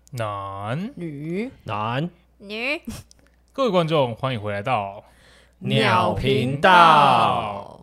男女男女， 各位观众，欢迎回来到鸟频道。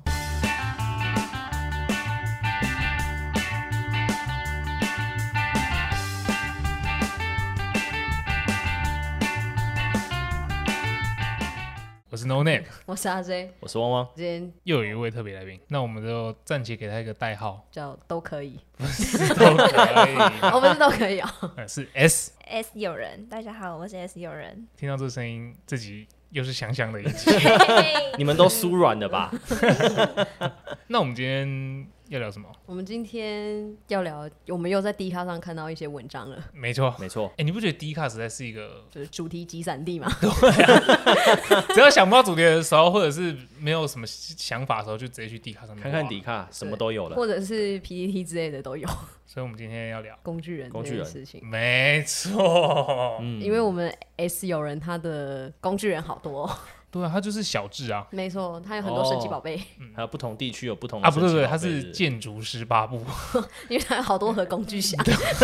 我是 No Name， 我是阿 J， 我是汪汪。 今天又有一位特别来宾，那我们就暂且给他一个代号， 叫都可以， 都可以， 我们是都可以哦。 是 S。 S 友人，大家好，我是 S 友人。 听到这声音，自己又是香香的一集。 你们都酥软了吧？ 那我们今天要聊什么？ 我们今天要聊，我们又在 D 卡上看到一些文章了， 没错， 没错。 你不觉得 D 卡实在是一个， 就是主题集散地嘛？ 只要想不到主题的时候，或者是没有什么想法的时候，就直接去 D 卡上面看看迪卡，什么都有了。 或者是 PTT 之类的都有。 所以我们今天要聊工具人这件事情， 没错， 因为我们 S 友人他的工具人好多哦， 对啊，他就是小智啊， 没错，他有很多神奇宝贝， 还有不同地区有不同的啊，不对， 神奇宝贝他是建筑师八部。 因为他有好多盒工具箱。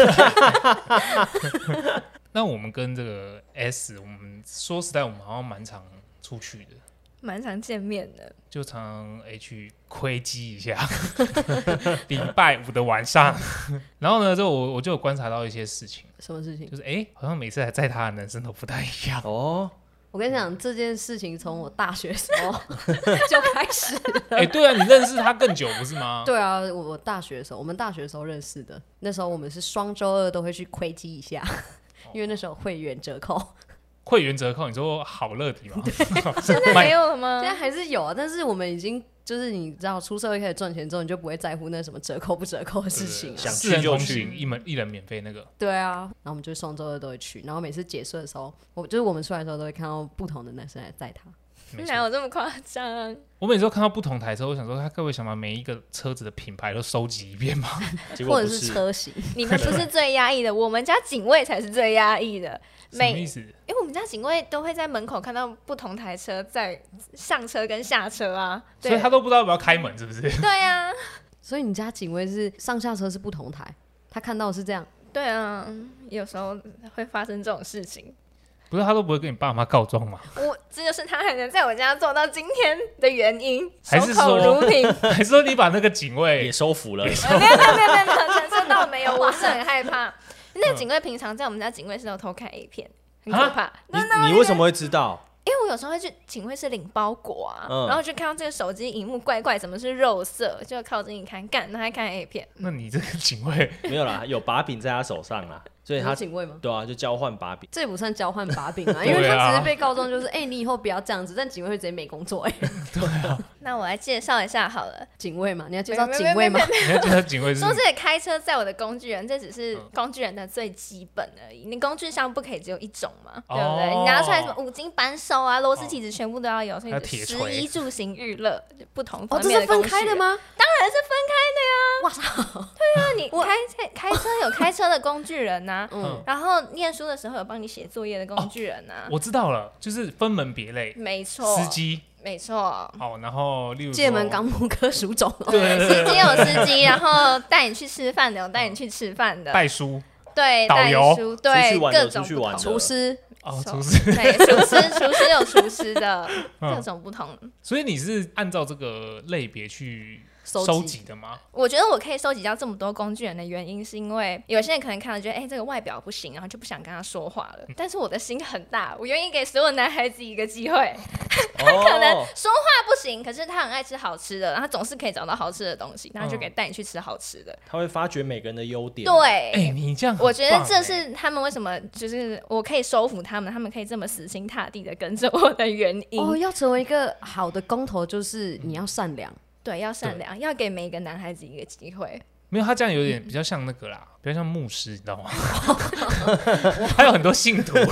那我们跟这个 S， 我们说实在，我们好像蛮常出去的， 蛮常见面的。 就常去窥基一下。礼拜五的晚上，然后呢，我就有观察到一些事情， 什么事情？ 就是好像每次来载他的男生都不太一样。 哦。 我跟你讲，这件事情从我大学时候就开始了。 对啊，你认识他更久不是吗？ 对啊，我大学的时候，我们大学的时候认识的。那时候我们是双周二都会去窥基一下，因为那时候会员折扣。 会员折扣，你说好乐迪吗？ 现在没有了吗？ 现在还是有啊，但是我们已经就是你知道，出社会开始赚钱之后，你就不会在乎那什么折扣不折扣的事情了。 想 4人同去就去行，一人免费那个。 对啊，然后我们就双周二都会去，然后每次结束的时候，我们出来的时候都会看到不同的男生来载他。 没错哪有这么夸张？ 我每次都看到不同台车，我想说他各位想把每一个车子的品牌都收集一遍吗？ 或者结果不是车型。 你们不是最压抑的，我们家警卫才是最压抑的。 什么意思？ 因为我们家警卫都会在门口看到不同台车在上车跟下车啊， 所以他都不知道要不要开门，是不是？ 对啊， 所以你家警卫是上下车是不同台，他看到的是这样。 对啊，有时候会发生这种事情。 不是他都不会跟你爸妈告状吗？ 这就是他还能在我家做到今天的原因， 还是守口如瓶。 还是说你把那个警卫也收服了？ 没有，承受到没有，我是很害怕。那个警卫平常在我们家警卫室都偷看 A 片，很可怕。 你为什么会知道？ 因为我有时候会去警卫室领包裹啊，然后就看到这个手机荧幕怪怪，怎么是肉色，就靠近一看，干，他还看 A 片。 那你这个警卫没有啦，有把柄在他手上啦，所以他你是警卫吗？ 对啊，就交换把柄。 这也不算交换把柄啊，因为他只是被告状，就是你以后不要这样子，但警卫会直接没工作那我来介绍一下好了， 警卫嘛，你要介绍警卫吗？ 你要觉得警卫是说这个开车载我的工具人，这只是工具人的最基本而已。你工具箱不可以只有一种嘛，对不对？你拿出来什么五金扳手啊、螺丝起子全部都要有，所以食衣住行娱乐不同方这是分面的工具人。 开的吗？ 当然是分开的呀！ 哇操！ 对啊，你开车有开车的工具人呐，然后念书的时候有帮你写作业的工具人呐。 我知道了，就是分门别类， 没错， 司机。 没错， 好，然后例如界门纲目科属种， 对， 司机有司机，然后带你去吃饭的有带你去吃饭的， 代书， 对， 导游代书，对，各种出去玩的厨师， 厨师， 对，厨师有厨师的各种不同。 所以你是按照这个类别去收集的吗？ 我觉得我可以收集到这么多工具人的原因，是因为有些人可能看了觉得，这个外表不行，然后就不想跟他说话了。但是我的心很大，我愿意给所有男孩子一个机会。他可能说话不行，可是他很爱吃好吃的，然后他总是可以找到好吃的东西，然后就可以带你去吃好吃的。 他会发掘每个人的优点。 对， 你这样， 我觉得这是他们为什么就是我可以收服他们，他们可以这么死心塌地的跟着我的原因。 要成为一个好的工头，就是你要善良。 对，要善良，要给每一个男孩子一个机会。 没有，他这样有点比较像那个啦，比较像牧师，你知道吗？还有很多信徒，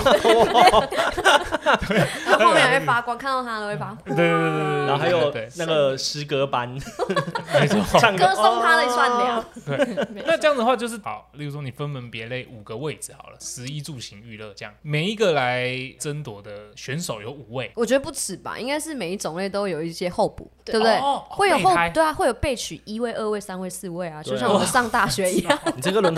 然后后面还会发光，看到他都会发。 对， 然后还有那个诗歌班， 没错， 唱歌颂他的善良。 对，那这样的话就是好，例如说你分门别类5个位置好了，食衣住行娱乐这样，每一个来争夺的选手有5位。 我觉得不止吧，应该是每一种类都有一些候补，对不对？会有备胎对啊，会有备取1位、2位、3位、4位啊，就像我们上大学一样。 你这个轮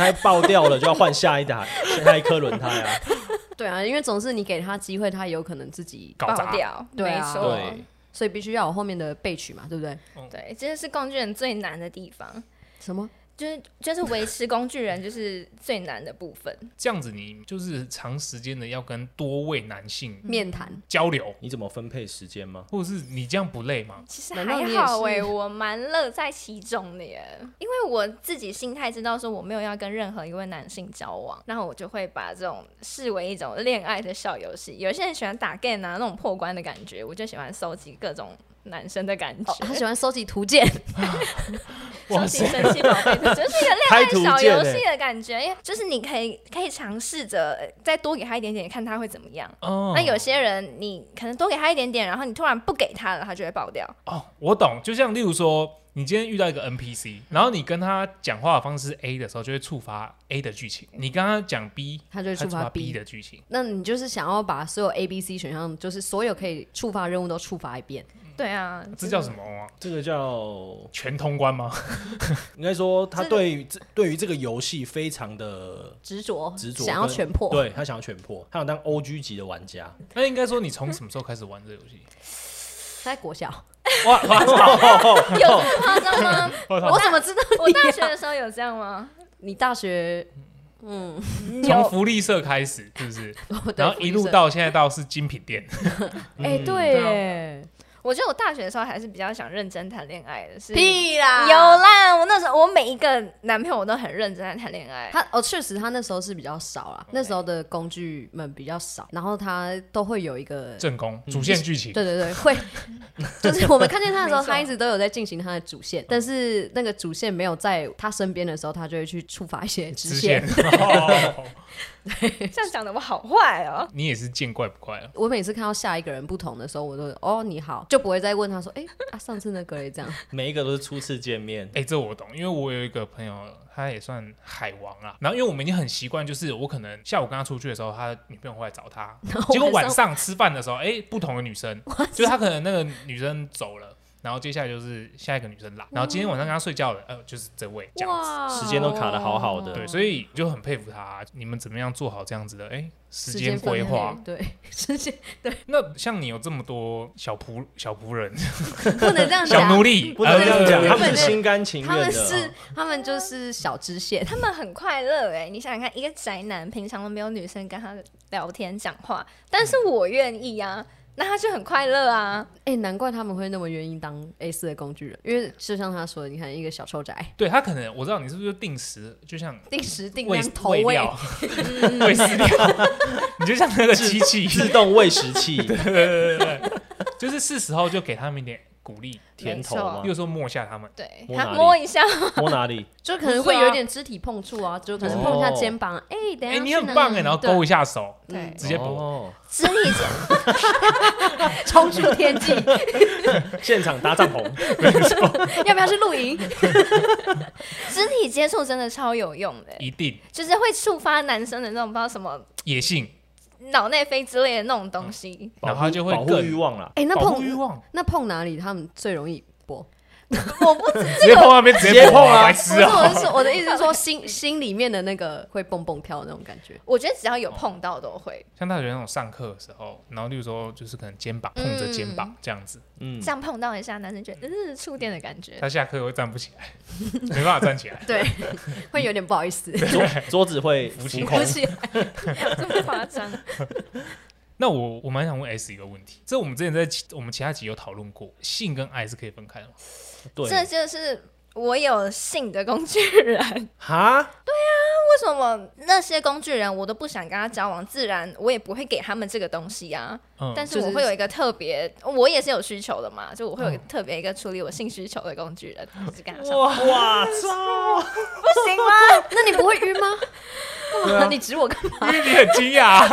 胎爆掉了，就要换下一颗轮胎啊。 对啊，因为总是你给他机会，他有可能自己搞砸爆掉， 对啊没错， 对， 所以必须要有后面的备取嘛，对不对？ 对，这是工具人最难的地方。 什么？ 就是维持工具人就是最难的部分。 这样子你就是长时间的要跟多位男性面谈交流， 你怎么分配时间吗？ 或者是你这样不累吗？ 其实难道你也还好是我蛮乐在其中的耶，因为我自己心态知道说我没有要跟任何一位男性交往，然后我就会把这种视为一种恋爱的小游戏。有些人喜欢打 game 啊，那种破关的感觉，我就喜欢收集各种男生的感觉。 他喜欢收集图鉴， 收集神奇宝贝，就是一个恋爱小游戏的感觉，因为就是你可以尝试着再多给他一点点，看他会怎么样。 哦， 那有些人你可能多给他一点点，然后你突然不给他了，他就会爆掉。 哦，我懂，就像例如说，你今天遇到一个 NPC， 然后你跟他讲话的方式是 A 的时候，就会触发 A 的剧情；你跟他讲 B， 他就会触发 B 的剧情。 那你就是想要把所有 A、B、C 选项，就是所有可以触发任务都触发一遍。 对啊， 这叫什么啊？ 这个叫全通关吗？ 应该说他对于这个游戏非常的执着， 执着， 想要全破。 对他想要全破，他想当 OG 级的玩家。 那应该说你从什么时候开始玩这个游戏？ 在国小， 哇， 有这么夸张吗？ 我怎么知道我大学的时候有这样吗？ 你大学？ 从福利社开始是不是？然后一路到现在到是精品店。 哎，对耶， 我觉得我大学的时候还是比较想认真谈恋爱的，是屁啦， 有啦，我那时候我每一个男朋友我都很认真在谈恋爱。 确实他那时候是比较少啦，那时候的工具们比较少，然后他都会有一个正宫主线剧情。 对对对，会就是我们看见他的时候， 没错他一直都有在进行他的主线，但是那个主线没有在他身边的时候，他就会去触发一些支线。 哦这样讲的我好坏哦。 你也是见怪不怪了。 我每次看到下一个人不同的时候，我都哦你好，就不会再问他说，上次那个嘞这样。 每一个都是初次见面。 这我懂，因为我有一个朋友，他也算海王啦。然后因为我们已经很习惯，就是我可能下午跟他出去的时候，他女朋友会来找他，结果晚上吃饭的时候，不同的女生，就是他可能那个女生走了。然后接下来就是下一个女生来，然后今天晚上跟他睡觉了，就是这位这样子， 时间都卡得好好的。 对，所以就很佩服他，你们怎么样做好这样子的时间规划？ 对，时间对。 那像你有这么多小仆人， 不能这样讲， 小奴隶不能这样讲，他们是心甘情愿的， 他们就是小支线， 他们很快乐你想想看，一个宅男平常都没有女生跟他聊天讲话，但是我愿意啊。那他就很快乐啊！ 难怪他们会那么愿意当 A4 的工具人，因为就像他说的，你看一个小臭宅， 对他可能我知道你是不是就定时，就像定时定量投喂喂饲料，你就像那个机器自动喂食器， 对，就是是时候就给他们一点鼓励甜头嘛， 比如说摸下他们， 对，他摸一下， 摸哪里？ 就可能会有一点肢体碰触啊，就可能碰一下肩膀，等一下， 你很棒然后勾一下手， 对， 直接拨， 肢体冲出天际， 现场搭帐篷， 要不要去露营？ 肢体接触真的超有用的， 一定就是会触发男生的那种不知道什么野性。 脑内啡之类的那种东西， 然后他就会保护欲望啦。 那保护欲望， 那碰哪里他们最容易播？ 我不直接碰那边，直接碰啊！白痴啊！ 我的意思是说，心里面的那个会蹦蹦跳的那种感觉。 我觉得只要有碰到都会。 像大学那种上课的时候，然后例如说就是可能肩膀碰着肩膀这样子， 这样碰到一下，男生觉得触电的感觉。 他下课会站不起来，没办法站起来， 对，会有点不好意思， 桌子会浮空， 这么夸张。 那我蛮想问 S 一个问题，这我们之前在我们其他集有讨论过，性跟爱是可以分开的吗？ 对， 这就是我有性的工具人哈？ 对啊，为什么那些工具人我都不想跟他交往？自然我也不会给他们这个东西啊。但是我会有一个特别，我也是有需求的嘛，就我会有一个特别一个处理我性需求的工具人，就是跟他上。 哇操！ 不行吗？ 那你不会晕吗？干嘛？你指我干嘛？ 因为你很惊讶，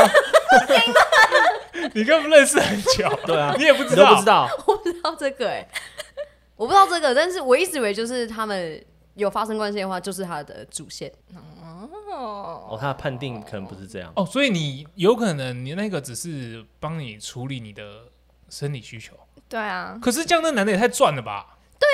你根本认识很久， 对啊， 你也不知道， 你都不知道， 我不知道这个我不知道这个，但是我一直以为就是他们有发生关系的话，就是他的主线。 他的判定可能不是这样所以你有可能你那个只是帮你处理你的生理需求。 对啊， 可是这样那男的也太赚了吧？ 他就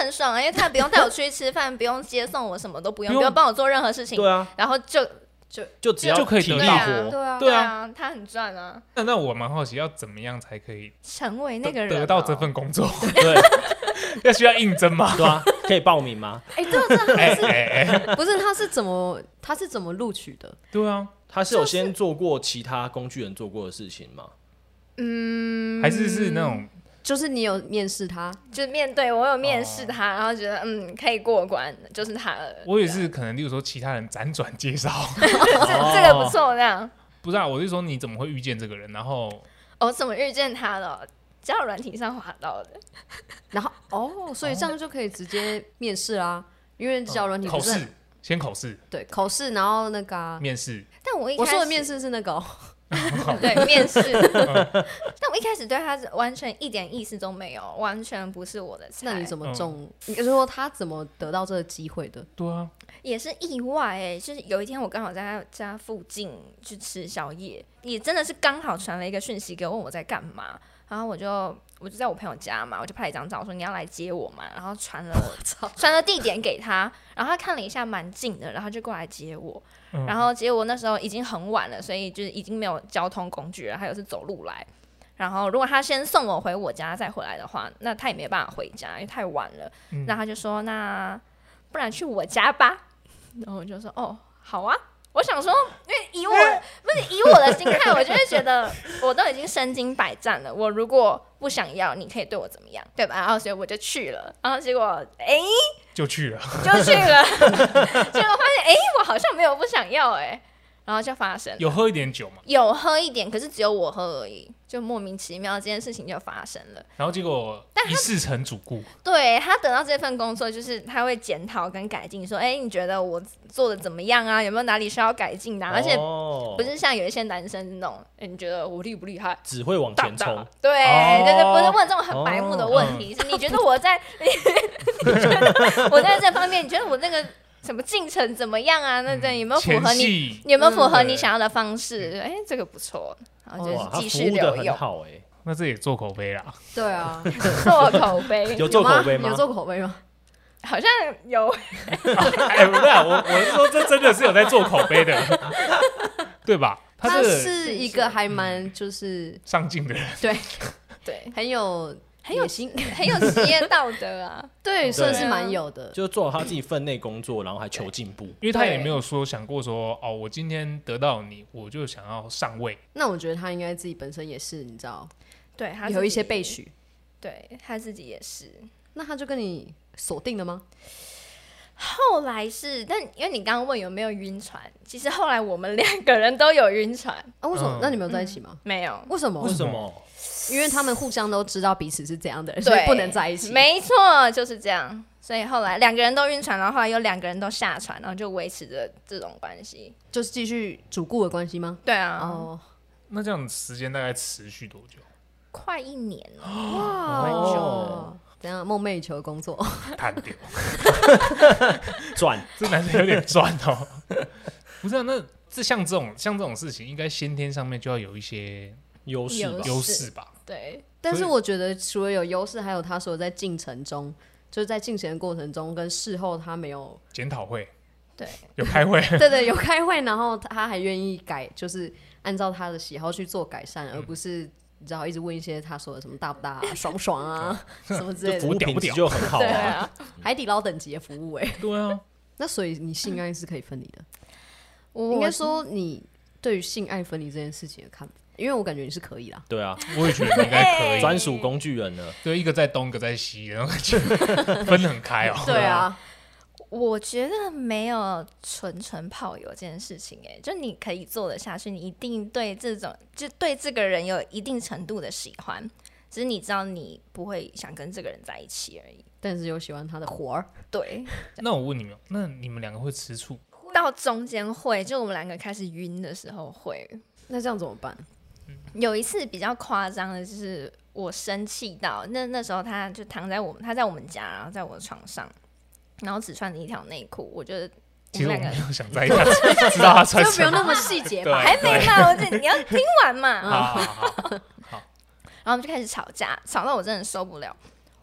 很爽啊，因为他不用带我出去吃饭，不用接送我，什么都不用帮我做任何事情。 对啊， 然后就只要就可以体力得到活。 对啊，他很赚啊。 那我蛮好奇，要怎么样才可以成为那个人得到这份工作？ 对要需要应征吗？ 对啊，可以报名吗？ 哎，这哎， 不是他是怎么录取的？ 对啊， 他是有先做过其他工具人做过的事情吗？ 还是那种就是你有面试他， 就面对我有面试他，然后觉得可以过关，就是他了。 我也是可能，例如说其他人辗转介绍， 这个不错，这样。 不是啊，我是说你怎么会遇见这个人，然后我怎么遇见他的？交友软体上滑到的。 然后所以这样就可以直接面试啦，因为交友软体口不是很试，先口试， 对口试，然后那个面试。 但我我说的面试是那个对面试，但我一开始对他完全一点意思都没有，完全不是我的菜。 那你怎么中？你是说他怎么得到这个机会的？ 对啊， 也是意外就是有一天我刚好在他家附近去吃宵夜，也真的是刚好传了一个讯息给我，问我在干嘛，然后我就在我朋友家嘛，我就拍了一张照，我说你要来接我嘛，然后传了地点给他，然后他看了一下蛮近的，然后就过来接我。然后结果那时候已经很晚了，所以就是已经没有交通工具了，还有是走路来。然后如果他先送我回我家再回来的话，那他也没办法回家，因为太晚了。那他就说那不然去我家吧。然后我就说哦好啊。我想说，因为以我的心态，我就会觉得我都已经身经百战了，我如果不想要，你可以对我怎么样，对吧？然后所以我就去了，然后结果就去了， 结果发现我好像没有不想要然后就发生了。 有喝一点酒嘛？ 有喝一点，可是只有我喝而已，就莫名其妙这件事情就发生了。 然后结果一试成主顾， 对，他得到这份工作，就是他会检讨跟改进，说，你觉得我做的怎么样啊？有没有哪里需要改进的而且不是像有一些男生那种，你觉得我厉不厉害？ 只会往前冲。 对，不是问这种很白目的问题，是你觉得我在，你觉得我在这方面，你觉得我那个。什么进程怎么样啊？那这有没有符合你？有没有符合你想要的方式？这个不错，然后就是继续留用。 好那这也做口碑啦。 对啊， 做口碑有做口碑吗？ 有做口碑吗？ 好像有。 不是，我是说这真的是有在做口碑的，对吧？ 他是一个还蛮就是上进的人， 对， 很有心，很有职业道德啊。 对，算是蛮有的， 就做好他自己分内工作，然后还求进步。 因为他也没有说想过说哦，我今天得到你，我就想要上位。 那我觉得他应该自己本身也是，你知道， 对，他有一些备许， 对他自己也是。 那他就跟你锁定了吗？ 后来是，但因为你刚刚问有没有晕船，其实后来我们2个人都有晕船啊。为什么？那你们有在一起吗？ 没有。 为什么？ 为什么？ 因为他们互相都知道彼此是怎样的人，所以不能在一起。 没错，就是这样。所以后来2个人都晕船，然后后来有2个人都下船，然后就维持着这种关系， 就是继续主顾的关系吗？ 对啊。 哦， 那这样时间大概持续多久？ 快1年了。 哇， 太久了。 怎样梦寐以求的工作？ 谈掉赚， 这男生有点赚哦。不是啊，那像这种事情，应该先天上面就要有一些优势吧？ 对。 但是我觉得除了有优势，还有他说在进程中，就是在进行的过程中跟事后他没有检讨会， 对， 有开会， 对，有开会，然后他还愿意改，就是按照他的喜好去做改善，而不是。你知道一直问一些他说的什么大不大、爽不爽啊，什么之类的， 服务品质就很好啊。 海底捞等级的服务对啊。 那所以你性爱是可以分离的？应该说你对于性爱分离这件事情的看法，因为我感觉你是可以啦。 对啊， 我也觉得应该可以。 专属工具人了， 对，一个在东，一个在西，然后分得很开哦。 对啊。 我觉得没有纯炮友这件事情，就你可以做得下去，你一定对这个人有一定程度的喜欢，只是你知道你不会想跟这个人在一起而已， 但是有喜欢他的活儿。 对。 那我问你们，那你们2个会吃醋？ 到中间会，就我们2个开始晕的时候会。 那这样怎么办？ 有一次比较夸张的就是我生气到那时候他就他在我们家，然后在我的床上。然后只穿了一条内裤，我觉得其实我没有想在一起，知道他穿什么， 就不用那么细节吧？ 还没嘛，你要听完嘛。 好。 然后我们就开始吵架，吵到我真的受不了，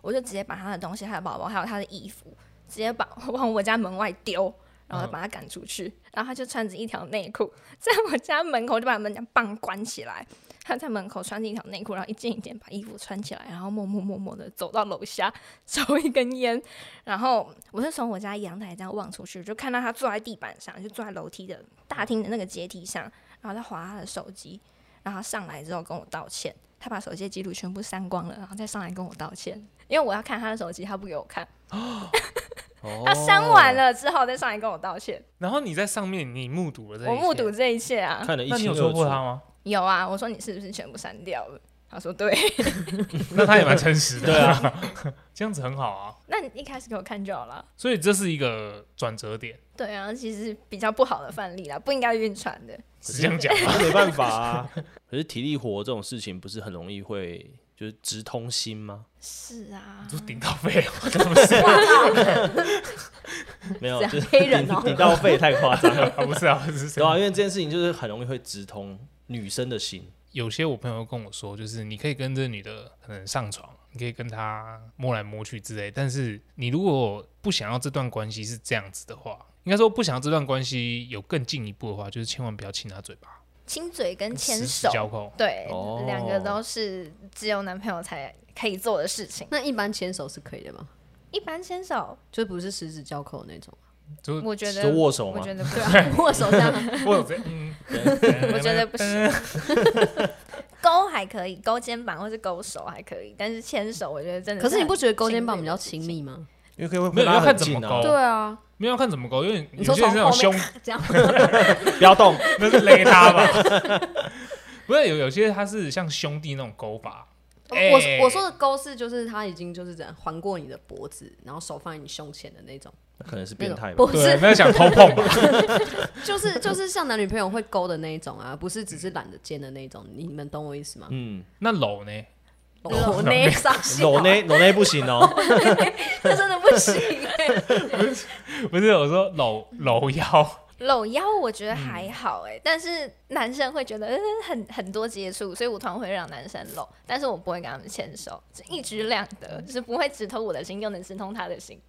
我就直接把他的东西、他的包包还有他的衣服，直接往我家门外丢，然后把他赶出去。然后他就穿着一条内裤，在我家门口就把门棒关起来。他在门口穿着一条内裤，然后一件一件把衣服穿起来，然后默默的走到楼下抽一根烟。然后我是从我家阳台这样望出去，就看到他坐在地板上，就坐在楼梯的大厅的那个阶梯上，然后在滑他的手机。然后他上来之后跟我道歉，他把手机的记录全部删光了，然后再上来跟我道歉，因为我要看他的手机，他不给我看。他删完了之后再上来跟我道歉。 然后你在上面你目睹了这一切， 我目睹这一切啊。 看了一清二楚。 那你有说破他吗？ 有啊，我说你是不是全部删掉了？他说对。 那他也蛮诚实的。对啊，这样子很好啊。 那你一开始给我看就好了。 所以这是一个转折点。 对啊，其实比较不好的范例啦，不应该晕船的。 是这样讲吗？ 没办法啊。可是体力活这种事情不是很容易会就是直通心吗？ 是啊， 就顶到肺了，什么事？ 没有，就是黑人哦， 顶到肺太夸张了。 不是啊，不是。 对啊，因为这件事情就是很容易会直通女生的心。 有些我朋友跟我说，就是你可以跟这女的可能上床，你可以跟她摸来摸去之类，但是你如果不想要这段关系是这样子的话，应该说不想要这段关系有更进一步的话，就是千万不要亲她嘴巴。 亲嘴跟牵手， 十指交扣， 对，两个都是只有男朋友才可以做的事情。 那一般牵手是可以的吗？ 一般牵手就不是十指交扣那种。 我觉得就握手吗？ 我觉得不对啊，握手这样， 我觉得不行。勾还可以，勾肩膀或是勾手还可以，但是牵手我觉得真的。 可是你不觉得勾肩膀比较亲密吗？ 因为可以没有要看怎么勾。 对啊， 没有要看怎么勾，因为你说有些人那种胸这样， 不要动， 那是勒他吧？不是有些他是像兄弟那种勾法。 我说的勾是就是他已经就是这样环过你的脖子，然后手放在你胸前的那种。 那可能是变态吧？ 不是， 那想偷碰吧？ 就是像男女朋友会勾的那一种啊，不是只是懒得肩的那种。你们懂我意思吗？ 嗯， 那搂呢？ 搂内上搂内不行哦， 那真的不行。 不是，我说搂腰。 搂腰我觉得还好但是男生会觉得很多接触，所以我通常会让男生搂，但是我不会跟他们牵手，一举两得，就是不会直通我的心，又能直通他的心。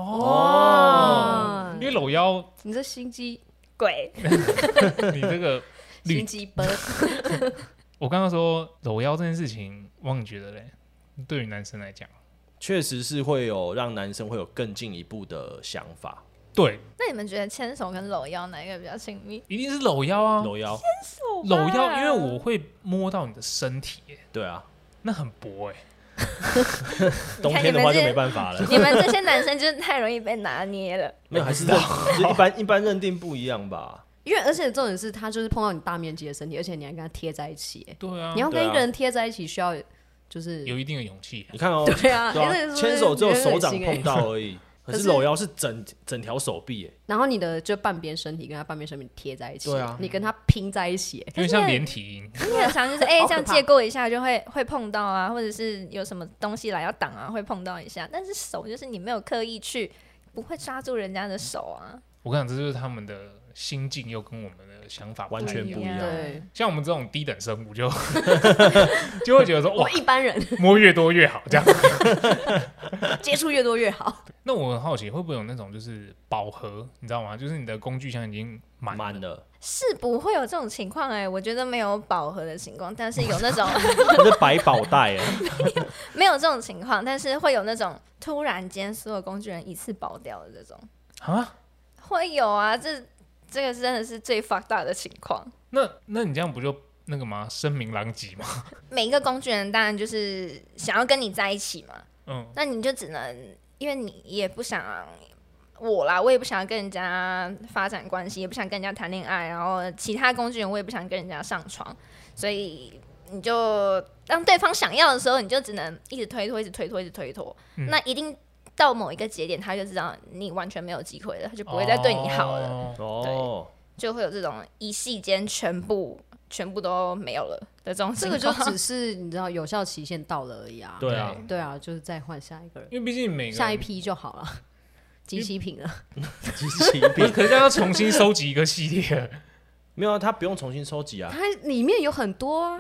因为搂腰， 你这心机鬼， 你这个心机崩。 我刚刚说搂腰这件事情，汪你觉得嘞？对于男生来讲， 确实是会有让男生会有更进一步的想法。 对， 那你们觉得牵手跟搂腰哪一个比较亲密？ 一定是搂腰啊， 搂腰， 搂腰，因为我会摸到你的身体对啊， 那很薄冬天的话就没办法了。 你们这些男生就是太容易被拿捏了。 没有，还是一般认定不一样吧。 因为而且重点是他就是碰到你大面积的身体，而且你还跟他贴在一起。 对啊， 你要跟一个人贴在一起，需要就是有一定的勇气。 你看哦， 对啊， 牵手只有手掌碰到而已。可是搂腰是整条手臂然后你的就半边身体跟他半边身体贴在一起， 对啊， 你跟他拼在一起， 因为像连体婴， 你很常就是这样借过一下就会碰到啊，或者是有什么东西来要挡啊，会碰到一下。但是手就是你没有刻意去，不会抓住人家的手啊。 我跟你讲，这就是他们的心境又跟我们的想法完全不一样。 对， 像我们这种低等生物就会觉得说，哇， 一般人摸越多越好，这样接触越多越好。 那我很好奇，会不会有那种就是饱和，你知道吗？就是你的工具箱已经满了。 是不会有这种情况我觉得没有饱和的情况，但是有那种那是百宝袋没有这种情况，但是会有那种突然间所有工具人一次爆掉的这种啊， 会有啊，这个真的是最 fucked up 的情况。 那你这样不就那个吗？声名狼藉吗？ 每一个工具人当然就是想要跟你在一起嘛，那你就只能，因为你也不想我也不想跟人家发展关系，也不想跟人家谈恋爱，然后其他工具人我也不想跟人家上床，所以你就当对方想要的时候，你就只能一直推脱，一直推脱，一直推脱。那一定到某一个节点，他就知道你完全没有机会了，他就不会再对你好了。对，就会有这种一夕间全部都没有了的这种情况。 这个就只是你知道有效期限到了而已啊。 对啊， 对啊，就是再换下一个人， 因为毕竟每个下一批就好了。机器品了， 机器品， 可是要重新收集一个系列。 没有啊，他不用重新收集啊， 它里面有很多啊。 对啊，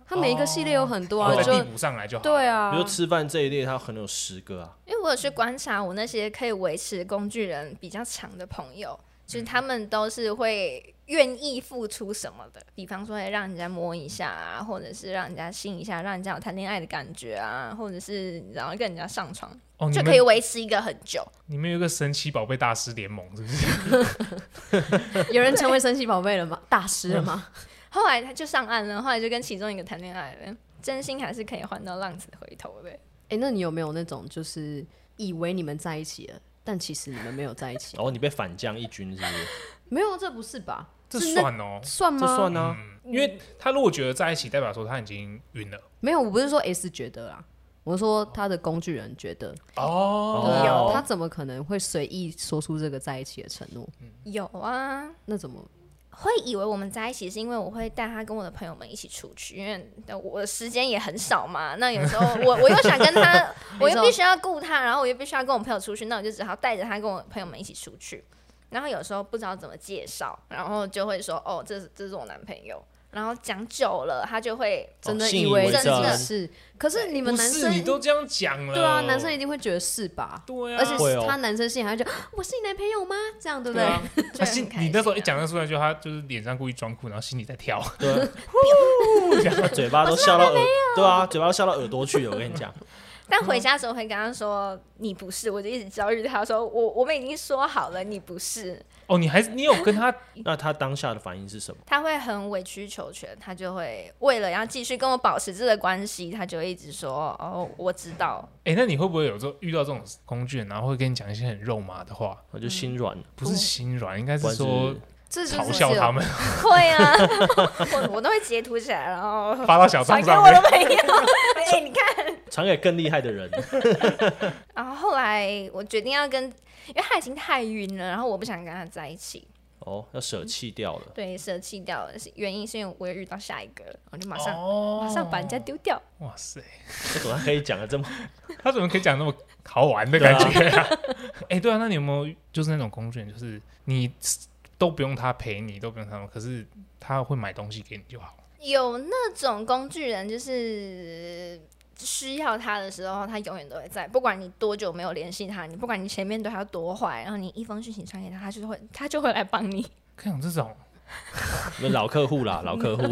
它每一个系列有很多啊， 再就递补上来就好。 对，啊， 比如说吃饭这一列，它可能有10个啊。 因为我有去观察我那些可以维持工具人比较长的朋友，就是他们都是会愿意付出什么的，比方说会让人家摸一下啊，或者是让人家亲一下，让人家有谈恋爱的感觉啊，或者是然后跟人家上床， 哦， 就可以维持一个很久。 你们有一个神奇宝贝大师联盟，是不是？ 有人成为神奇宝贝了吗？大师了吗？ 后来他就上岸了，后来就跟其中一个谈恋爱了，真心还是可以换到浪子回头的。 那你有没有那种就是以为你们在一起了，但其实你们没有在一起？ 你被反将一军是不是？ 没有，这不是吧？ 这算哦， 算吗？ 这算啊。 因为他如果觉得在一起，代表说他已经晕了。 没有，我不是说 S 觉得啦，我说他的工具人觉得。 哦， 对啊有他怎么可能会随意说出这个在一起的承诺？ 有啊， 那怎么？ 会以为我们在一起是因为我会带他跟我的朋友们一起出去，因为我的时间也很少嘛。那有时候我又想跟他，我又必须要顾他，然后我又必须要跟我朋友出去，那我就只好带着他跟我朋友们一起出去。然后有时候不知道怎么介绍，然后就会说哦，这是我男朋友。然后讲久了，他就会真的信以以为真为真的是？可是你们不是男生你都这样讲了， 对啊，男生一定会觉得是吧？ 对啊， 而且会哦他男生心里还会觉得我是你男朋友吗？这样对不对？ 对啊， 就他心很开心啊你那时候一讲那出来，就他就是脸上故意装酷，然后心里在跳， 对啊，他嘴巴都笑到耳，对啊，嘴巴都笑到耳朵去了。我跟你讲， 但回家的时候会跟他说你不是，我就一直教育他说我们已经说好了你不是。 哦，你有跟他那他当下的反应是什么？ 他会很委曲求全，他就会为了要继续跟我保持这个关系，他就会一直说哦我知道。 那你会不会有时候遇到这种工具人，然后会跟你讲一些很肉麻的话？ 我就心软了。 不是心软，应该是不然说这就是嘲笑他们， 会啊，我都会截图起来，然后发到小传给账上面。 我的朋友。你看。 传给更厉害的人。 然后后来我决定要跟，因为他已经太晕了，然后我不想跟他在一起。 要舍弃掉了。 对，舍弃掉了，原因是因为我又遇到下一个了，我就马上、 哦马上把人家丢掉。 哇塞， 这怎么可以讲的这么？ 他怎么可以讲那么好玩的感觉啊？对啊，那你有没有就是那种工具人，就是你都不用他陪你，都不用他，可是他会买东西给你就好？ 有那种工具人，就是需要他的时候，他永远都会在，不管你多久没有联系他，你不管你前面对他多坏，然后你一封讯息传给他，他就会来帮你。 看这种老客户啦，老客户，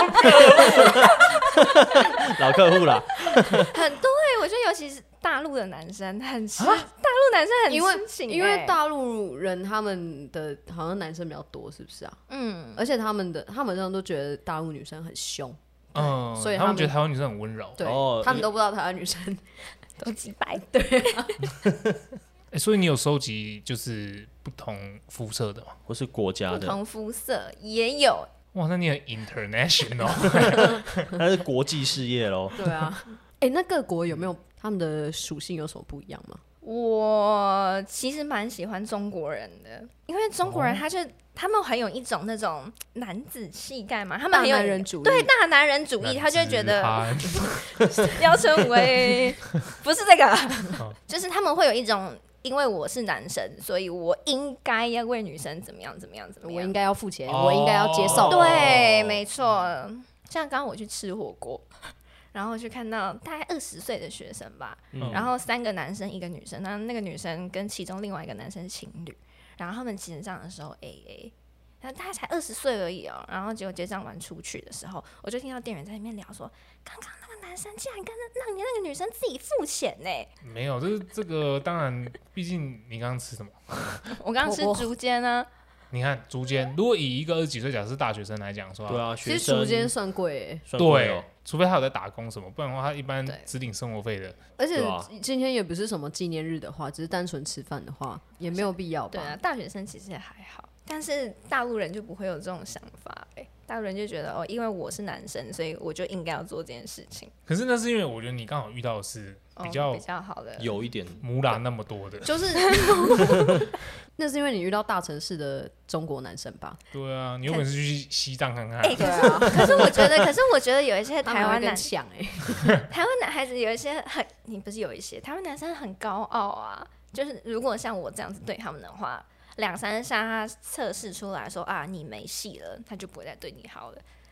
老客户啦。 很多我觉得尤其是大陆的男生很吃，大陆男生很痴情因为大陆人他们的好像男生比较多，是不是啊？而且他们好像都觉得大陆女生很凶，所以他们觉得台湾女生很温柔。 对，他们都不知道台湾女生都几百。 对所以你有收集就是不同肤色的吗？ 或是国家的， 不同肤色也有。 哇，那你很 international， 那是国际事业咯。 对啊，那各国有没有他们的属性有什么不一样吗？ 我其实蛮喜欢中国人的，因为中国人他们很有一种那种男子气概嘛，他们很有大男人主义， 对大男人主义，他就会觉得男子汉要成为不是这个，就是他们会有一种。因为我是男生，所以我应该要为女生怎么样， 我应该要付钱，我应该要接受。 对，没错。像刚刚我去吃火锅，然后去看到大概20岁的学生吧，然后3个男生1个女生，那个女生跟其中另外一个男生是情侣，然后他们结账的时候 AA。然后他才20岁而已哦，然后结果结账完出去的时候，我就听到店员在那边聊说，刚刚那个男生竟然让你那个女生自己付钱呢？ 没有，这个当然，毕竟你刚刚吃什么？ 我刚刚吃竹煎啊。 你看竹煎，如果以一个20几岁，假设是大学生来讲说， 对啊， 其实竹煎算贵算贵对，除非他有在打工什么，不然的话他一般只领生活费的。 而且今天也不是什么纪念日的话，只是单纯吃饭的话，也没有必要吧？ 对啊，大学生其实也还好。但是大陆人就不会有这种想法，大陆人就觉得因为我是男生，所以我就应该要做这件事情。 可是那是因为我觉得你刚好遇到的是比较好的， 有一点母拉那么多的， 就是那是因为你遇到大城市的中国男生吧？ 对啊，你有本事去西藏看看。 对啊， 可是我觉得有一些台湾男想台湾男孩子有一些不是有一些台湾男生很高傲啊，就是如果像我这样子对他们的话。2-3下他测试出来说啊你没戏了，他就不会再对你好了。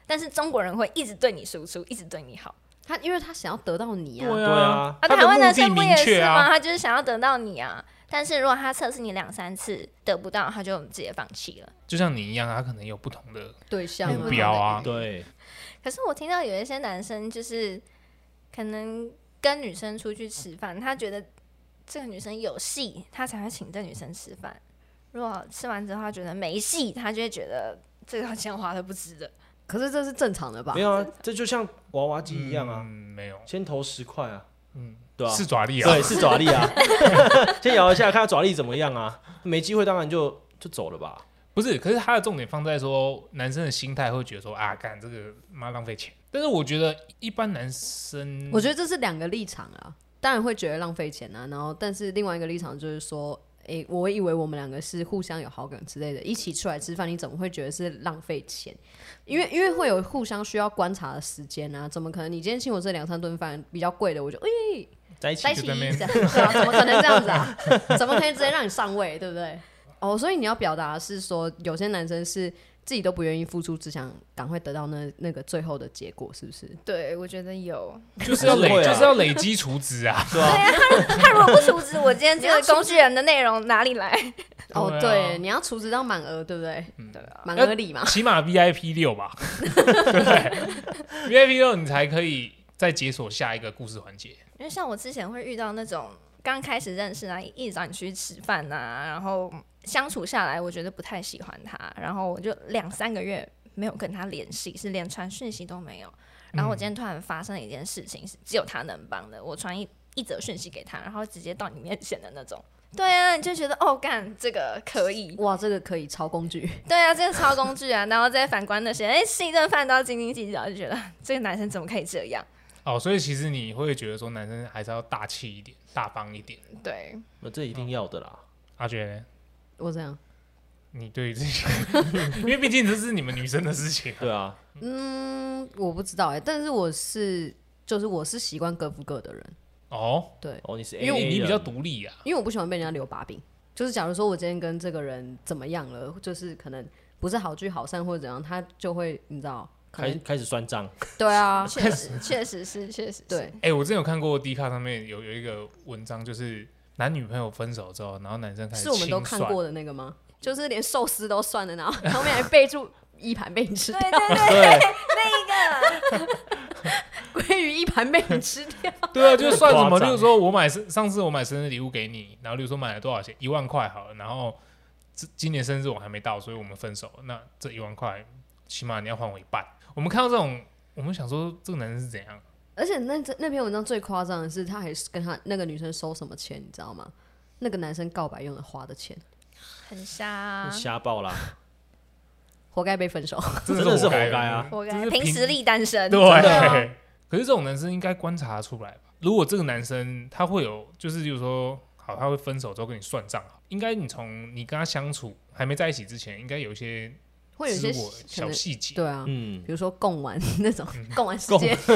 但是中国人会一直对你输出，一直对你好。 因为他想要得到你啊。 对对啊， 他的台湾男目的生不也明确是吗？ 啊。 他就是想要得到你啊。但是如果他测试你2-3次得不到，他就直接放弃了。 就像你一样，他可能有不同的对象目标啊。 对， 可是我听到有一些男生就是可能跟女生出去吃饭，他觉得这个女生有戏，他才会请这女生吃饭。如果吃完之后他觉得没戏，他就会觉得这个钱花的不值得。 可是这是正常的吧？ 没有啊，这就像娃娃机一样啊， 没有， 先投10块啊， 嗯， 对啊， 是爪力啊， 对，是爪力啊，先摇一下，看他爪力怎么样啊，没机会当然就走了吧。 不是，可是他的重点放在说男生的心态会觉得说啊，干这个妈浪费钱。但是我觉得一般男生， 我觉得这是2个立场啊，当然会觉得浪费钱啊，然后但是另外一个立场就是说，我以为我们2个是互相有好感之类的，一起出来吃饭，你怎么会觉得是浪费钱？因为会有互相需要观察的时间啊，怎么可能你今天请我这2-3顿饭比较贵的，我就在一起在一起就在那边这样对啊，怎么可能这样子啊？怎么可以直接让你上位，对不对？哦，所以你要表达的是说，有些男生是自己都不愿意付出，只想赶快得到那个最后的结果，是不是？ 对，我觉得有。 就是要累， 会啊就是要累积储值啊。 对啊， 他如果不储值，我今天这个工具人的内容哪里来？ 哦， 对啊对，你要储值到满额，对不对？ 对啊， 满额礼嘛。 起码 VIP 6吧，对不对？VIP 6你才可以再解锁下一个故事环节。 因为像我之前会遇到那种刚开始认识啊，一直找你去吃饭啊，然后相处下来，我觉得不太喜欢他，然后我就2-3个月没有跟他联系，是连传讯息都没有。然后我今天突然发生了一件事情，是只有他能帮的，我传一则讯息给他，然后直接到你面前的那种。对啊，你就觉得哦，干这个可以， 哇，这个可以超工具。 对啊，这个超工具啊，然后再反观那些，吃一顿饭都要斤斤计较，就觉得这个男生怎么可以这样？ 哦，所以其实你会觉得说男生还是要大气一点、大方一点。 对， 那这一定要的啦。 阿觉呢？ 我这样， 你对于这些，因为毕竟这是你们女生的事情。 对啊， 我不知道但是我是习惯各付各的人。 哦， 对， 哦，你是 AA 因为你比较人独立啊。 因为我不喜欢被人家留把柄。就是假如说我今天跟这个人怎么样了，就是可能不是好聚好散或者怎样，他就会你知道，可能开始算账， 对啊， 确实是。 对， 我之前有看过 D 卡上面有一个文章，就是男女朋友分手之后，然后男生开始是我们都看过的那个吗？就是连寿司都算了，然后后面还备注1盘被你吃掉， 对， 那个鲑鱼1盘被你吃掉。 对啊，就算什么， 夸张例如说上次我买生日礼物给你，然后例如说买了多少钱，1万块好了，然后今年生日我还没到，所以我们分手了，那这1万块起码你要还我1半。我们看到这种，我们想说这个男人是怎样？ 而且那篇文章最夸张的是，他还跟他那个女生收什么钱，你知道吗？那个男生告白用的花的钱， 很瞎啊， 瞎爆啦， 活该被分手。 真真的是活该该啊！ 活该这是凭实力单身。 对， 真的啊可是这种男生应该观察出来吧？如果这个男生他会有，就是比如说，好，他会分手之后跟你算账，应该你从你跟他相处还没在一起之前，应该有一些会有一些自我小细节。 对啊， 嗯， 比如说贡丸那种，贡丸时间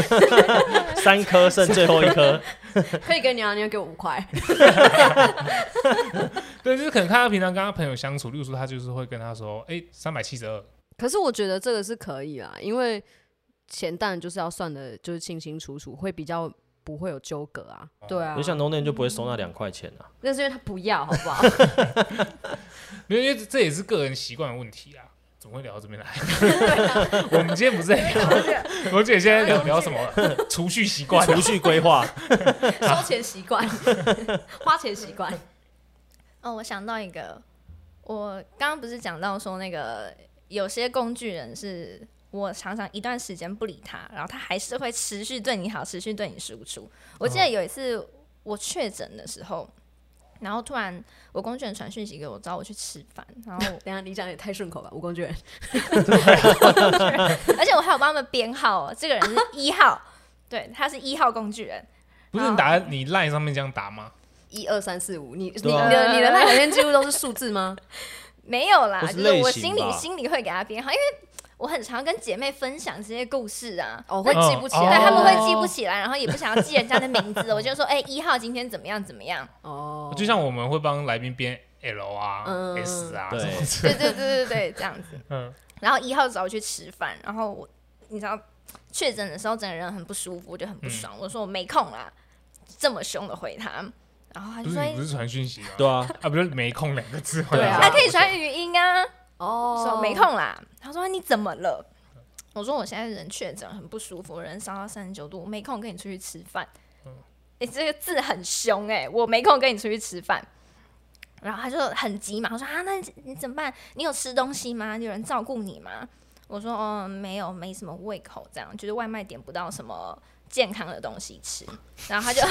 3颗剩最后1颗， 可以给你啊，你要给我5块。 对，就是可能看他平常跟他朋友相处，例如说他就是会跟他说，372。 可是我觉得这个是可以啦，因为钱当然就是要算的，就是清清楚楚，会比较不会有纠葛啊。对啊我，想 No Name 就不会收那2块钱啊。 那是因为他不要，好不好？ 因为这也是个人习惯的问题啊。怎么会聊到这边来？我们今天不是在聊，我姐现在聊什么？储蓄习惯、 储蓄规划， 收钱习惯，花钱习惯。 哦，我想到一个，我刚刚不是讲到说那个有些工具人是我常常一段时间不理他，然后他还是会持续对你好，持续对你输出。我记得有一次我确诊的时候，然后突然我工具人传讯息给我，找我去吃饭，然后等一下你讲也太顺口了，无工具人。 而且我还有帮他们编号哦，这个人是1号，对，他是1号工具人。 不是你打你 LINE 上面这样打吗？ 1、2、3、4、5，你对啊的聊天记录都是数字吗？ 没有啦， 不是就是我类型吧心里会给他编号，因为我很常跟姐妹分享这些故事啊。 哦，会记不起哦来， 对，他们会记不起来，然后也不想要记人家的名字，我就说，1号今天怎么样怎么样。 哦， 就像我们会帮来宾编 L 啊、 嗯 S 啊， 对什么之类的对，这样子。 嗯， 然后1号找我去吃饭，然后你知道确诊的时候，整个人很不舒服，我就很不爽。我说我没空啦，这么凶的回他，然后他就说不是传讯息吗？ 对啊， 不是没空2个字， 对啊还可以传语音啊。 哦， 说没空啦。他说你怎么了？我说我现在人确诊，很不舒服，人烧到39度，我没空跟你出去吃饭。这个字很凶我没空跟你出去吃饭。然后他就很急嘛，他说啊，那你怎么办？你有吃东西吗？有人照顾你吗？我说没有，没什么胃口，这样就是外卖点不到什么健康的东西吃。然后他就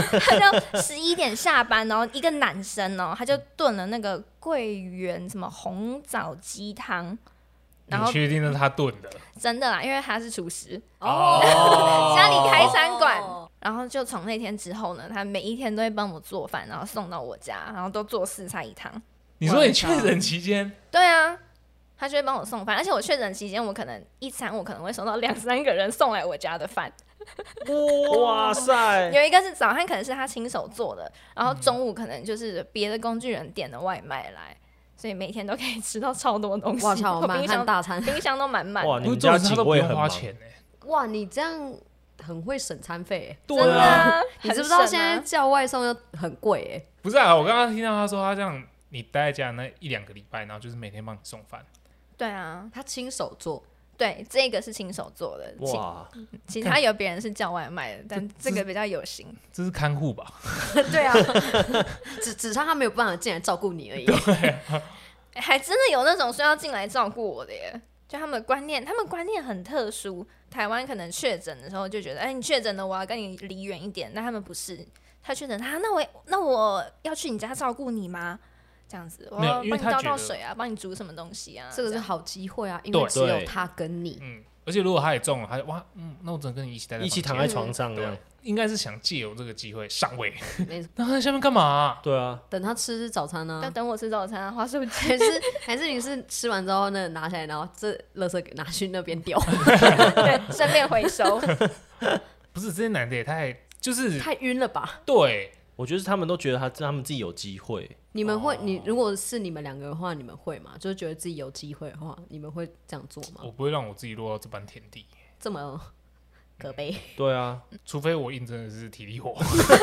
11点下班，然后一个男生他就炖了那个桂圆什么红枣鸡汤。然后你确定那是他炖的？ 真的啦，因为他是厨师， 哦， 家里开餐馆。然后就从那天之后呢，他每一天都会帮我做饭，然后送到我家，然后都做4菜1汤。 你说你确诊期间？ 对啊，他就会帮我送饭，而且我确诊期间，我可能一餐我可能会收到2、3个人送来我家的饭。 哇塞！ 有一个是早餐可能是他亲手做的，然后中午可能就是别的工具人点的外卖来。所以每天都可以吃到超多东西， 哇操，满汉大餐， 冰箱都满满。 哇，你们家警卫很忙。 哇，你这样很会省餐费对啊， 你知不知道现在叫外送又很贵不是啊，我刚刚听到他说他这样，你待在家那1-2个礼拜，然后就是每天帮你送饭。 对啊， 他亲手做。 对，这个是亲手做的。哇，其他有别人是叫外卖的，但这个比较有心。 这是看护吧？ 对啊，只差他没有办法进来照顾你而已。 对， 还真的有那种说要进来照顾我的耶。就他们观念很特殊。台湾可能确诊的时候就觉得，你确诊了，我要跟你离远一点。但他们不是，他确诊那我要去你家照顾你吗？这样子，我要帮你倒水啊，帮你煮什么东西啊？ 这个是好机会啊，因为只有他跟你。 而且如果他也中了，他就哇，那我只能跟你一起待在一起躺在床上这样。 应该是想借由这个机会上位。那他在下面干嘛？ 对啊， 等他吃早餐呢？ 等我吃早餐啊，花束还是你是吃完之后那拿下来，然后这垃圾给拿去那边丢， 对，顺便回收。 不是这些男的也太晕了吧？ 对， 我觉得他们都觉得他们自己有机会。 你们会，你如果是你们2个的话，你们会吗？就是觉得自己有机会的话，你们会这样做吗？ 我不会让我自己落到这般田地， 这么可悲。 对啊， 除非我应征的是体力活。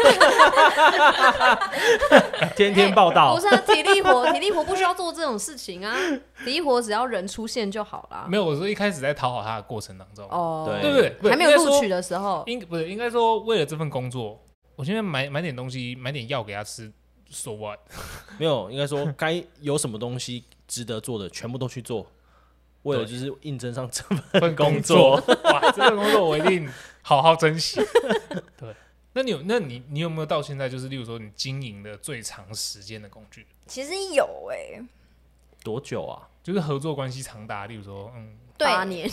天天报道。 不是啊，体力活不需要做这种事情啊，体力活只要人出现就好啦。 没有，我说一开始在讨好他的过程当中， 对不对？ 还没有录取的时候， 应该说为了这份工作，我现在买点东西，买点药给他吃。So what？ 没有，应该说该有什么东西值得做的，全部都去做，为了就是应征上这份工作。 哇，这份工作我一定好好珍惜。对，那你有没有到现在就是，例如说你经营的最长时间的工具？ 其实有多久啊？ 就是合作关系长达，例如说对 8年，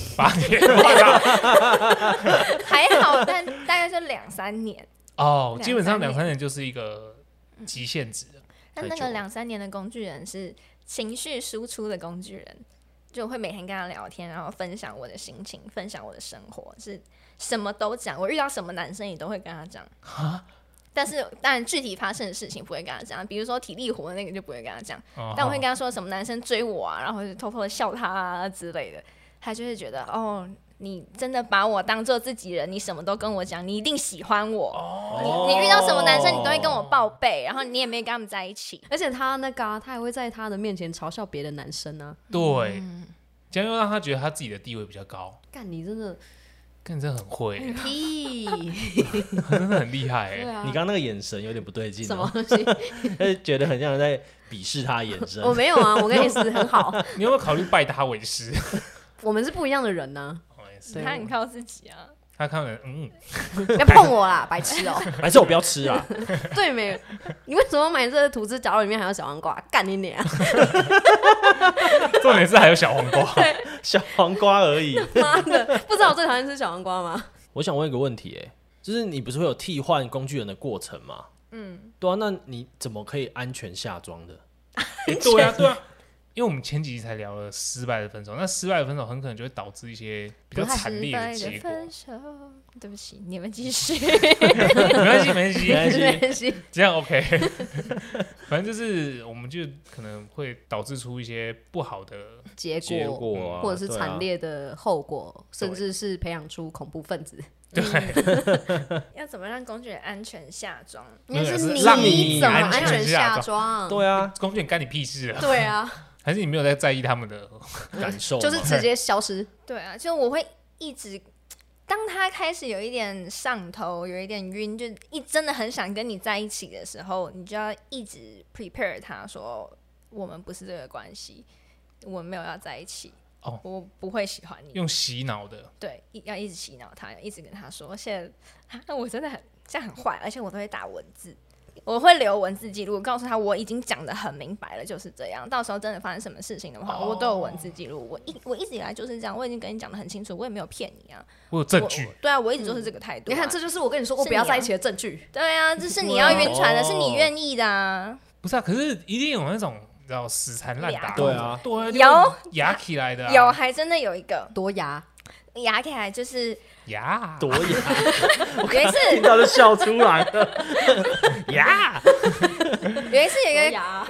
还好，但大概就2-3年。 基本上2-3年就是一个极限值。 但那个2-3年的工具人是情绪输出的工具人，就会每天跟他聊天，然后分享我的心情，分享我的生活，是什么都讲。我遇到什么男生也都会跟他讲。但是当然具体发生的事情不会跟他讲，比如说体力活的那个就不会跟他讲。但我会跟他说什么男生追我啊，然后就偷偷的笑他啊之类的，他就会觉得你真的把我当做自己人，你什么都跟我讲，你一定喜欢我。你遇到什么男生，你都会跟我报备，然后你也没跟他们在一起。 而且他他还会在他的面前嘲笑别的男生啊。 对，这样又让他觉得他自己的地位比较高。 干，你真的很会， 真的很厉害。 你刚刚那个眼神有点不对劲。 什么东西？ 觉得很像在鄙视他的眼神。 我没有啊，我跟你是很好。 你有没有考虑拜他为师？ 我们是不一样的人呢。 他很靠自己啊。 他看了， 不要碰我啦，白痴哦！ 白痴我不要吃啊！ 对没？你为什么买这个吐司夹肉里面还有小黄瓜？干你娘！ 重点是还有小黄瓜， 小黄瓜而已。 妈的，不知道我最讨厌吃小黄瓜吗？ 我想问一个问题，就是你不是会有替换工具人的过程吗？对啊，那你怎么可以安全下装的？ 对啊。因为我们前几集才聊了失败的分手，那失败的分手很可能就会导致一些比较惨烈的结果。 对不起，你们继续。 没关系， 这样 OK。 反正就是我们就可能会导致出一些不好的结果啊， 或者是惨烈的后果，甚至是培养出恐怖分子。 对， 要怎么让工具人安全下装？ 应该是让你怎么安全下下装？ 对啊， 工具人干你屁事啊！ 对啊， 还是你没有在意他们的感受， 就是直接消失。 对啊，就我会一直。当他开始有一点上头，有一点晕，就真的很想跟你在一起的时候，你就要一直 prepare 他说，我们不是这个关系，我们没有要在一起，我不会喜欢你。 用洗脑的， 对，要一直洗脑他，一直跟他说，而且我真的这样很坏，而且我都会打文字。我会留文字记录，告诉他我已经讲得很明白了，就是这样。到时候真的发生什么事情的话，我都有文字记录。我一直以来就是这样，我已经跟你讲得很清楚，我也没有骗你啊。 我有证据。 对啊，我一直就是这个态度。 你看，这就是我跟你说过不要在一起的证据。 对啊，这是你要晕船的，是你愿意的啊。 不是啊，可是一定有那种你知道死缠烂打， 对啊， 对， 有压起来的， 有，还真的有一个多牙。 牙起来就是牙多牙， 有一次听到就笑出来了，牙。 有一次有一个牙，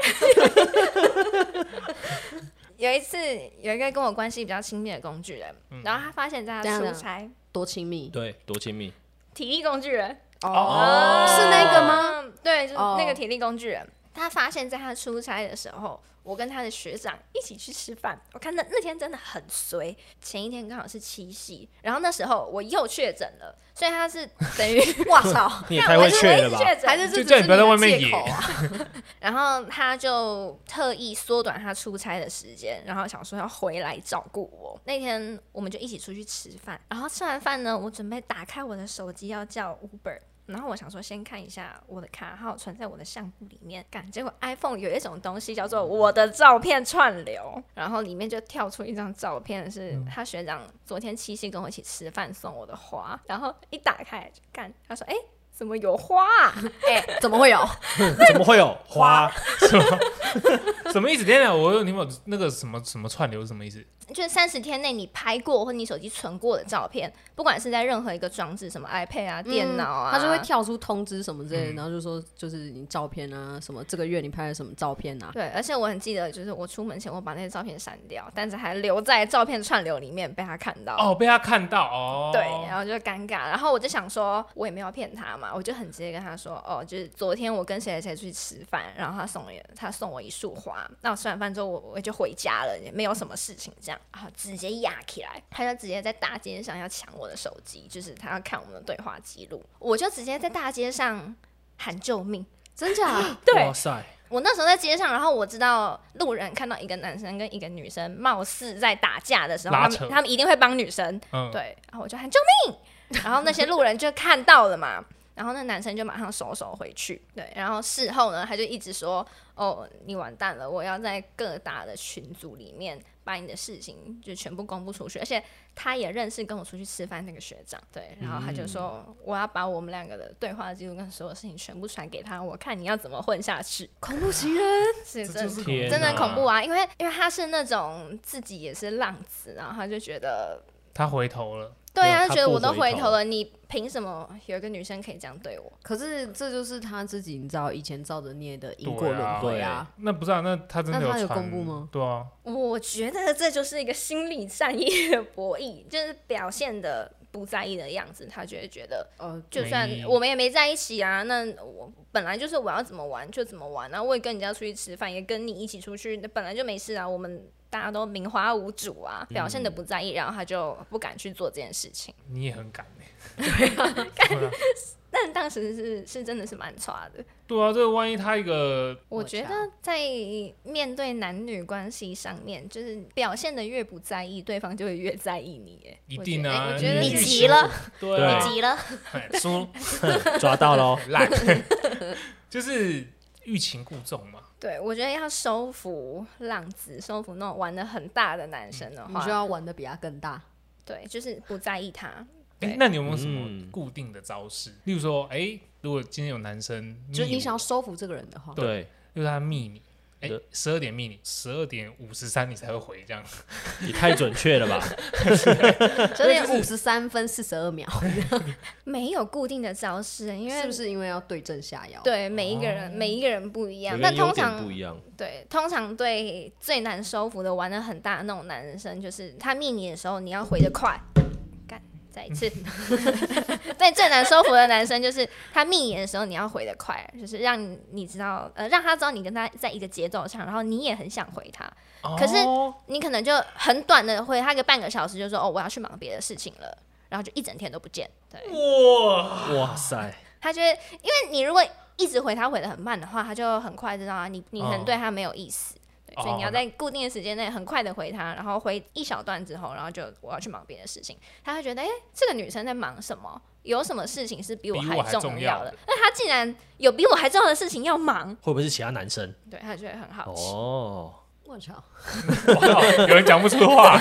有一次有一个跟我关系比较亲密的工具人，然后他发现在他出差多亲密， 对，多亲密， 体力工具人是那个吗？ 对，就是那个体力工具人。他发现在他出差的时候，我跟他的学长一起去吃饭。我看那天真的很衰，前一天刚好是七夕，然后那时候我又确诊了，所以他是等于哇操， 你也太会确了吧？ 还是就叫你不要在外面野啊？ 然后他就特意缩短他出差的时间，然后想说要回来照顾我。那天我们就一起出去吃饭，然后吃完饭呢，我准备打开我的手机要叫 Uber。然后我想说，先看一下我的卡号存在我的相簿里面。结果 iPhone 有一种东西叫做我的照片串流，然后里面就跳出一张照片，是他学长昨天七夕跟我一起吃饭送我的花。然后一打开就看，他说：“哎，怎么有花啊？ 怎么会有？ 怎么会有花？ 什么意思？天哪，我有你有那个什么串流是什么意思？ 就是30天内你拍过或你手机存过的照片，不管是在任何一个装置，什么 iPad 啊、电脑啊， 它就会跳出通知什么之类的，然后就说就是你照片啊，什么这个月你拍了什么照片啊。 对，而且我很记得，就是我出门前我把那些照片删掉，但是还留在照片串流里面被他看到。 被他看到哦。 对，然后就尴尬，然后我就想说，我也没有骗他嘛，我就很直接跟他说，就是昨天我跟谁谁出去吃饭，然后他送我一束花，那我吃完饭之后我就回家了，也没有什么事情这样，然后直接压起来，他就直接在大街上要抢我的手机，就是他要看我们的对话记录，我就直接在大街上喊救命， 真假？ 对， 哇塞！ 我那时候在街上，然后我知道路人看到一个男生跟一个女生貌似在打架的时候，他们一定会帮女生，对，然后我就喊救命，然后那些路人就看到了嘛。然后那男生就马上收回去，对，然后事后呢，他就一直说，你完蛋了，我要在各大的群组里面把你的事情就全部公布出去，而且他也认识跟我出去吃饭那个学长，对，然后他就说，我要把我们两个的对话记录跟所有事情全部传给他，我看你要怎么混下去。 恐怖情人是天真的恐怖啊，因为他是那种自己也是浪子，然后他就觉得他回头了。 对啊，他觉得我都回头了，你凭什么有一个女生可以这样对我？ 可是这就是他自己，你知道以前照着念的因果轮回啊。 那不是啊？那他真的那他有公布吗？ 对啊， 我觉得这就是一个心理战役的博弈，就是表现的不在意的样子，他就会觉得，就算我们也没在一起啊，那我本来就是我要怎么玩就怎么玩啊，我也跟人家出去吃饭，也跟你一起出去，本来就没事啊，我们大家都名花无主啊，表现的不在意，然后他就不敢去做这件事情。 你也很敢对啊，但当时是真的是蛮差的。 对啊，这个万一他一个， 我觉得在面对男女关系上面，就是表现的越不在意，对方就会越在意你。 一定啊， 我觉得你急了， 对， 你急了， 输抓到咯， 烂，就是欲擒故纵嘛。 对，我觉得要收服浪子，收服那种玩的很大的男生的话， 你就要玩的比他更大。 对，就是不在意他。 那你有没有什么固定的招式？例如说，如果今天有男生， 就是你想要收服这个人的话， 对，就是他密你， 12点密你，12点53你才会回，这样也太准确了吧 ？12点53分42秒， 没有固定的招式，因为是不是因为要对症下药？ 对每一个人不一样， 每个人优但通常点不一样。 对，通常对最难收服的玩的很大的那种男生，就是他密你的时候，你要回得快。再一次，对，最难收服的男生就是他密你的时候，你要回得快，就是让你知道，让他知道你跟他在一个节奏上，然后你也很想回他，可是你可能就很短的回他个半个小时，就说我要去忙别的事情了，然后就一整天都不见。对， 哇塞， 他觉得，因为你如果一直回他回得很慢的话，他就很快知道你可能对他没有意思。所以你要在固定的时间内很快的回他，然后回一小段之后，然后就我要去忙别的事情，他会觉得这个女生在忙什么？有什么事情是比我还重要的？那他竟然有比我还重要的事情要忙， 会不会是其他男生？ 对，他觉得很好奇。 哦， 我操， 有人讲不出话。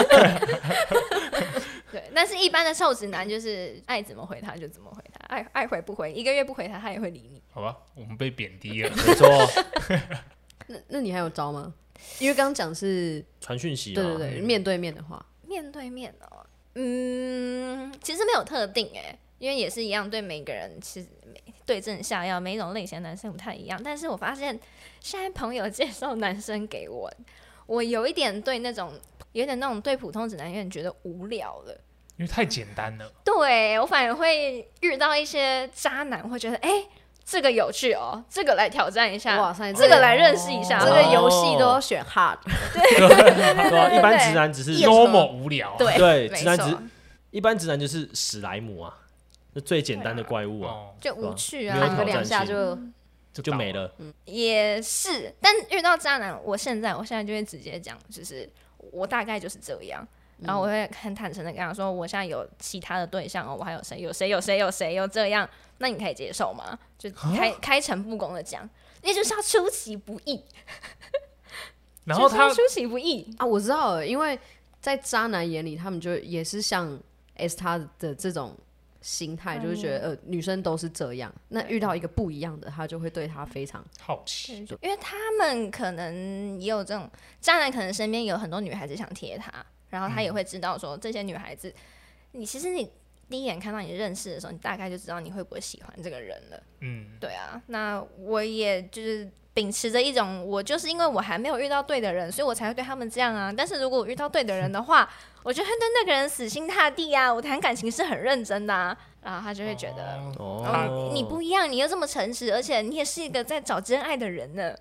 对，但是一般的臭直男就是爱怎么回他就怎么回他，爱回不回，1个月不回他，他也会理你。 好吧，我们被贬低了。 没错， 那你还有招吗？因为刚刚讲是传讯息嘛， 对，面对面的话， 面对面哦，其实没有特定因为也是一样，对每个人其实对症下药，每一种类型的男生不太一样。但是我发现现在朋友介绍男生给我，我有一点对那种对普通直男有点觉得无聊了， 因为太简单了。 对我反而会遇到一些渣男，会觉得这个有趣哦，这个来挑战一下， 哇塞， 这个来认识一下， 这个游戏都要选 hard， 对，一般直男只是 normal 无聊。 对， 没直男错一般直男就是史莱姆啊，是最简单的怪物啊， 就无趣没有啊， 喊个2下就没了。 也是，但遇到渣男，我现在就会直接讲，就是我大概就是这样，然后我会很坦诚的跟他说，我现在有其他的对象哦，我还有谁有这样，那你可以接受吗？就开诚布公的讲，那就是要出其不意。 然后他出其不意啊，我知道了，因为在渣男眼里，他们就也是像 S 他的这种心态，就是觉得女生都是这样，那遇到一个不一样的，他就会对他非常好奇， 因为他们可能也有这种渣男，可能身边有很多女孩子想贴他，然后他也会知道说这些女孩子，其实你第一眼看到你认识的时候，你大概就知道你会不会喜欢这个人了。对啊，那我也就是秉持着一种，我就是因为我还没有遇到对的人，所以我才会对他们这样啊。但是如果我遇到对的人的话，我就会对那个人死心塌地啊。我谈感情是很认真的啊。然后他就会觉得，你不一样，你又这么诚实，而且你也是一个在找真爱的人呢。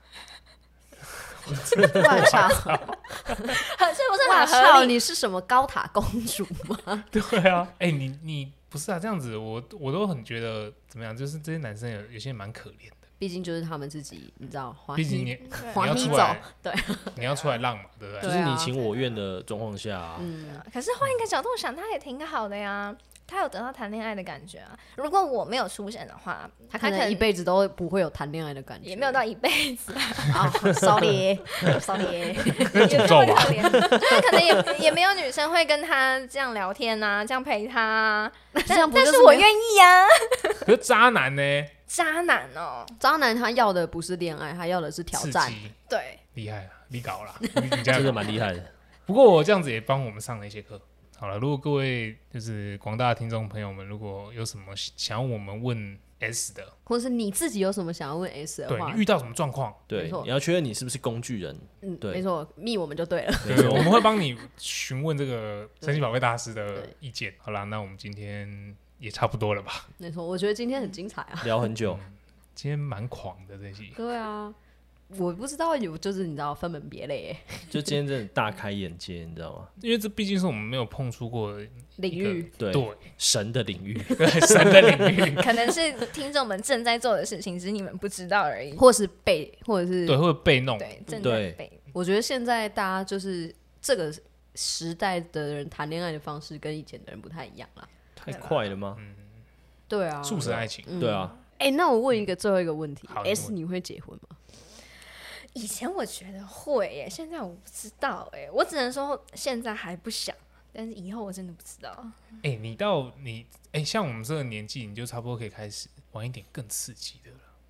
哇操！ 是不是哇很合操！ 理？ 你是什么高塔公主吗？ 对啊，你不是啊，这样子我都很觉得怎么样，就是这些男生有些蛮可怜的。 毕竟就是他们自己，你知道， 毕竟你滑梯走要出来， 对， 你要出来浪嘛，对不对？ 就是你情我愿的状况下啊， 可是换一个角度想，他也挺好的呀。他有得到谈恋爱的感觉啊！如果我没有出现的话， 他可能一辈子都不会有谈恋爱的感觉， 也没有到一辈子啊。sorry， 那诅咒吧。 他可能也没有女生会跟他这样聊天啊，这样陪他啊。但是我愿意啊。 可是渣男呢？ 渣男哦， 渣男他要的不是恋爱，他要的是挑战。 对， 厉害了，你搞了，你这样真的蛮厉害的。 不过我这样子也帮我们上了一些课。好了，如果各位就是广大的听众朋友们，如果有什么想要我们问 S 的， 或是你自己有什么想要问 S 的话， 对你遇到什么状况， 对，你要确认你是不是工具人，对， 没错，密我们就对了。 对，我们会帮你询问这个神奇宝贝大师的意见。好啦，那我们今天也差不多了吧？ 没错，我觉得今天很精彩啊， 聊很久， 今天蛮狂的这些。 对啊。我不知道就是你知道分门别类耶， 就今天真的大开眼界，你知道吗？ 因为这毕竟是我们没有碰触过的领域， 对神的领域， 对神的领域， 可能是听众们正在做的事情，只是你们不知道而已， 或是被，或者是对，会被弄， 对，正在被。 我觉得现在大家就是这个时代的人谈恋爱的方式跟以前的人不太一样啦， 太快了吗？ 对啊， 速食爱情， 对啊。 那我问一个最后一个问题 ，S 你会结婚吗？ 以前我觉得会耶，现在我不知道耶，我只能说现在还不想，但是以后我真的不知道。 像我们这个年纪，你就差不多可以开始玩一点更刺激的了。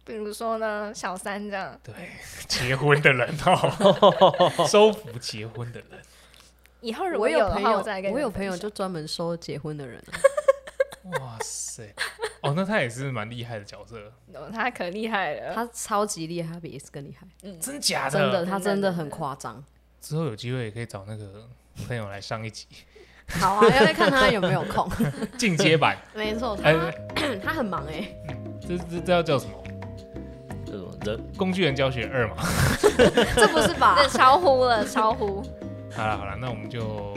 比如说呢，小三这样。 对，结婚的人哦，收服结婚的人。 以后如我果有的话， 有朋友， 我再跟你我有们分享朋友就专门收结婚的人啊。 哇塞，哦，那他也是蛮厉害的角色， 他可厉害了， 他超级厉害，他比 S 更厉害， 真假的？ 真的，他真的很夸张。 之后有机会也可以找那个朋友来上一集好啊，要看他有没有空。 进阶版。 没错，他很忙哎。 这要叫什么？ 这种人工具人教学2嘛。 这不是吧？ 这超乎了，超乎。 好了，那我们就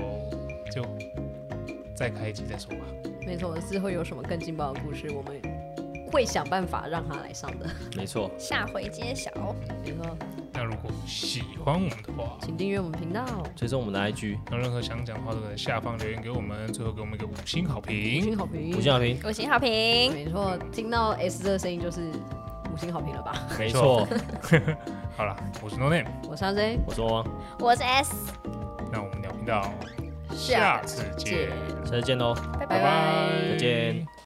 再开一集再说吧。 没错，之后有什么更劲爆的故事，我们会想办法让他来上的。 没错， 下回揭晓。 没错， 那如果喜欢我们的话， 请订阅我们频道， 追踪我们的 IG， 有任何想讲的话都在下方留言给我们，最后给我们一个5星好五评。 星好评， 五星好评， 5星好评。 没错，听到 S 这个声音就是5星好评了吧？ 没错。 好了，我是 No Name， 我是阿 J， 我说汪， 我是 S， 那我们鸟频道下次见， 下次见喽， 拜拜拜再见。